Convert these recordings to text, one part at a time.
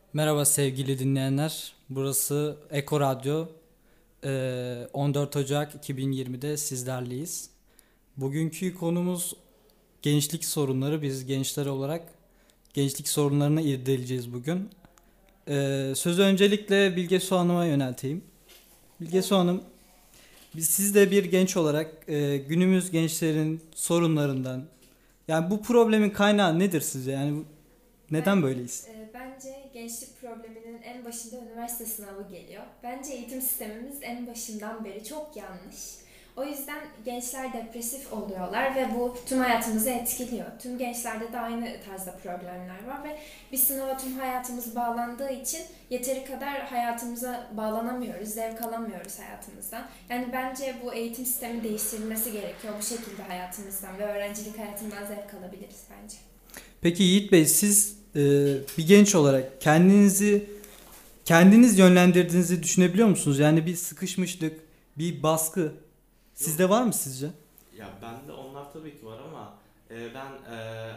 Merhaba sevgili dinleyenler. Burası Eko Radyo. 14 Ocak 2020'de sizlerleyiz. Bugünkü konumuz gençlik sorunları. Biz gençler olarak gençlik sorunlarını irdeleyeceğiz bugün. Sözü öncelikle Bilge Su Hanım'a yönelteyim. Bilge Su Hanım, siz de bir genç olarak günümüz gençlerin sorunlarından, yani bu problemin kaynağı nedir sizce? Yani neden böyleyiz? Bence gençlik probleminin en başında üniversite sınavı geliyor. Bence eğitim sistemimiz en başından beri çok yanlış. O yüzden gençler depresif oluyorlar ve bu tüm hayatımızı etkiliyor. Tüm gençlerde de aynı tarzda problemler var ve bir sınava tüm hayatımız bağlandığı için yeteri kadar hayatımıza bağlanamıyoruz, zevk alamıyoruz hayatımızdan. Yani bence bu eğitim sistemi değiştirilmesi gerekiyor. Bu şekilde hayatımızdan ve öğrencilik hayatından zevk alabiliriz bence. Peki Yiğit Bey, siz bir genç olarak kendiniz yönlendirdiğinizi düşünebiliyor musunuz? Yani bir sıkışmışlık, bir baskı Yok. sizde var mı sizce? Ya bende onlar tabii ki var ama ben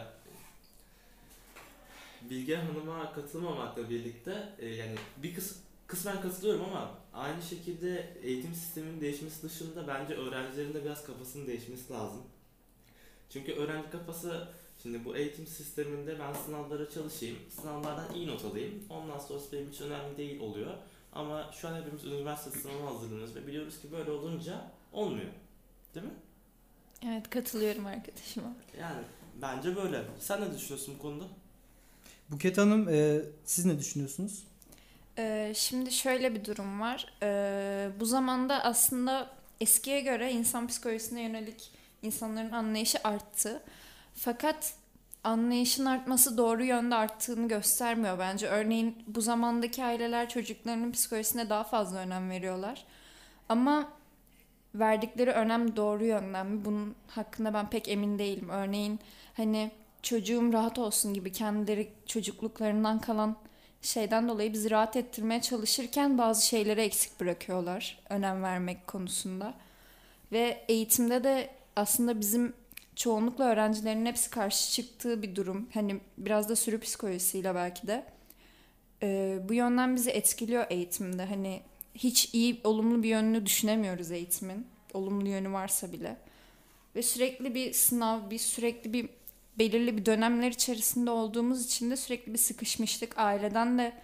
Bilge Hanım'a katılmamakla birlikte yani kısmen katılıyorum ama aynı şekilde eğitim sisteminin değişmesi dışında bence öğrencilerin de biraz kafasının değişmesi lazım. Çünkü öğrenci kafası şimdi bu eğitim sisteminde ben sınavlara çalışayım, sınavlardan iyi not alayım, ondan sonrası benim için önemli değil oluyor. Ama şu an hepimiz üniversite sınavına hazırlanıyoruz ve biliyoruz ki böyle olunca olmuyor. Değil mi? Evet, katılıyorum arkadaşıma. Yani bence böyle. Sen ne düşünüyorsun bu konuda? Buket Hanım, siz ne düşünüyorsunuz? Şimdi şöyle bir durum var. Bu zamanda aslında eskiye göre insan psikolojisine yönelik insanların anlayışı arttı. Fakat anlayışın artması doğru yönde arttığını göstermiyor bence. Örneğin bu zamandaki aileler çocuklarının psikolojisine daha fazla önem veriyorlar. Ama verdikleri önem doğru yönden mi? Bunun hakkında ben pek emin değilim. Örneğin hani çocuğum rahat olsun gibi kendileri çocukluklarından kalan şeyden dolayı bizi rahat ettirmeye çalışırken bazı şeyleri eksik bırakıyorlar önem vermek konusunda. Ve eğitimde de aslında bizim çoğunlukla öğrencilerin hepsi karşı çıktığı bir durum. Hani biraz da sürü psikolojisiyle belki de. Bu yönden bizi etkiliyor eğitimde. Hani hiç iyi, olumlu bir yönünü düşünemiyoruz eğitimin. Olumlu yönü varsa bile. Ve sürekli bir sınav, sürekli bir belirli bir dönemler içerisinde olduğumuz için de sürekli bir sıkışmışlık. Aileden de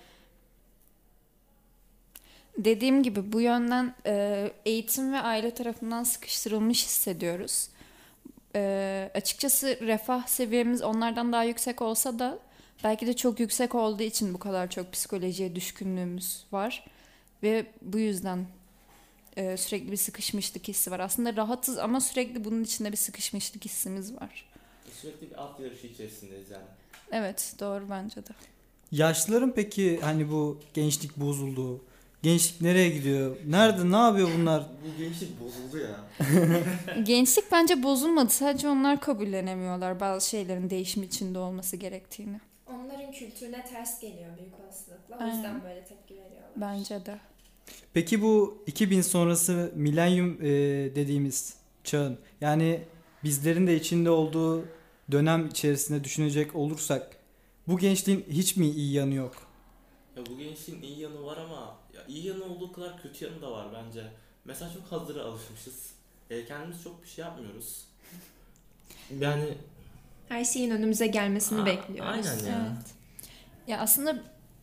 dediğim gibi bu yönden eğitim ve aile tarafından sıkıştırılmış hissediyoruz. Açıkçası refah seviyemiz onlardan daha yüksek olsa da belki de çok yüksek olduğu için bu kadar çok psikolojiye düşkünlüğümüz var. Ve bu yüzden sürekli bir sıkışmışlık hissi var. Aslında rahatız ama sürekli bunun içinde bir sıkışmışlık hissimiz var. Sürekli bir at yarışı içerisindeyiz yani. Evet, doğru bence de. Yaşlıların peki hani bu gençlik bozuldu. Gençlik nereye gidiyor? Nerede? Ne yapıyor bunlar? Bu gençlik bozuldu ya. Gençlik bence bozulmadı. Sadece onlar kabullenemiyorlar bazı şeylerin değişim içinde olması gerektiğini. Onların kültürüne ters geliyor büyük olasılıkla. O Aynen. yüzden böyle tepki veriyorlar. Bence de. Peki bu 2000 sonrası milenyum dediğimiz çağın, yani bizlerin de içinde olduğu dönem içerisinde düşünecek olursak bu gençliğin hiç mi iyi yanı yok? Ya bu gençliğin iyi yanı var ama ya iyi yanı olduğu kadar kötü yanı da var bence. Mesela çok hazıra alışmışız. Kendimiz çok bir şey yapmıyoruz. Yani Her şeyin önümüze gelmesini bekliyoruz. aynen ya. Evet. Ya aslında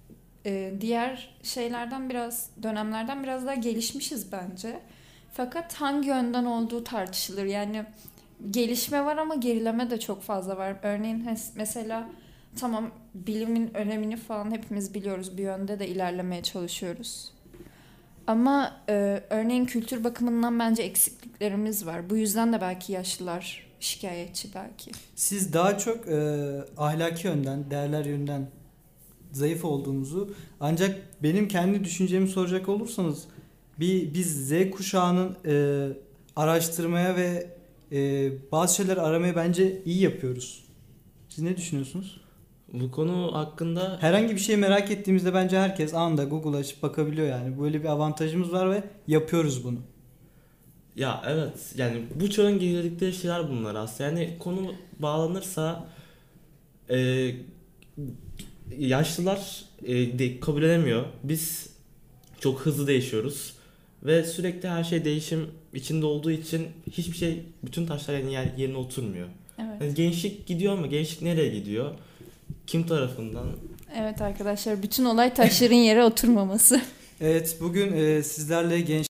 diğer şeylerden dönemlerden biraz daha gelişmişiz bence. Fakat hangi yönden olduğu tartışılır. Yani gelişme var ama gerileme de çok fazla var. Örneğin mesela tamam, bilimin önemini falan hepimiz biliyoruz. Bir yönde de ilerlemeye çalışıyoruz. Ama örneğin kültür bakımından bence eksikliklerimiz var. Bu yüzden de belki yaşlılar şikayetçi belki. Siz daha çok ahlaki yönden, değerler yönden zayıf olduğumuzu, ancak benim kendi düşüncemi soracak olursanız biz Z kuşağının araştırmaya ve bazı şeyler aramaya bence iyi yapıyoruz. Siz ne düşünüyorsunuz? Bu konu hakkında Herhangi bir şey merak ettiğimizde bence herkes anında Google açıp bakabiliyor yani. Böyle bir avantajımız var ve yapıyoruz bunu. ya evet yani bu çağın getirdikleri şeyler bunlar aslında. Yani konu bağlanırsa e, yaşlılar kabul edemiyor. Biz çok hızlı değişiyoruz ve sürekli her şey değişim içinde olduğu için hiçbir şey, bütün taşlar yani yerine oturmuyor. Evet. Yani gençlik gidiyor ama gençlik nereye gidiyor? Kim tarafından? Evet arkadaşlar, bütün olay taşların yere oturmaması. Evet, bugün sizlerle genç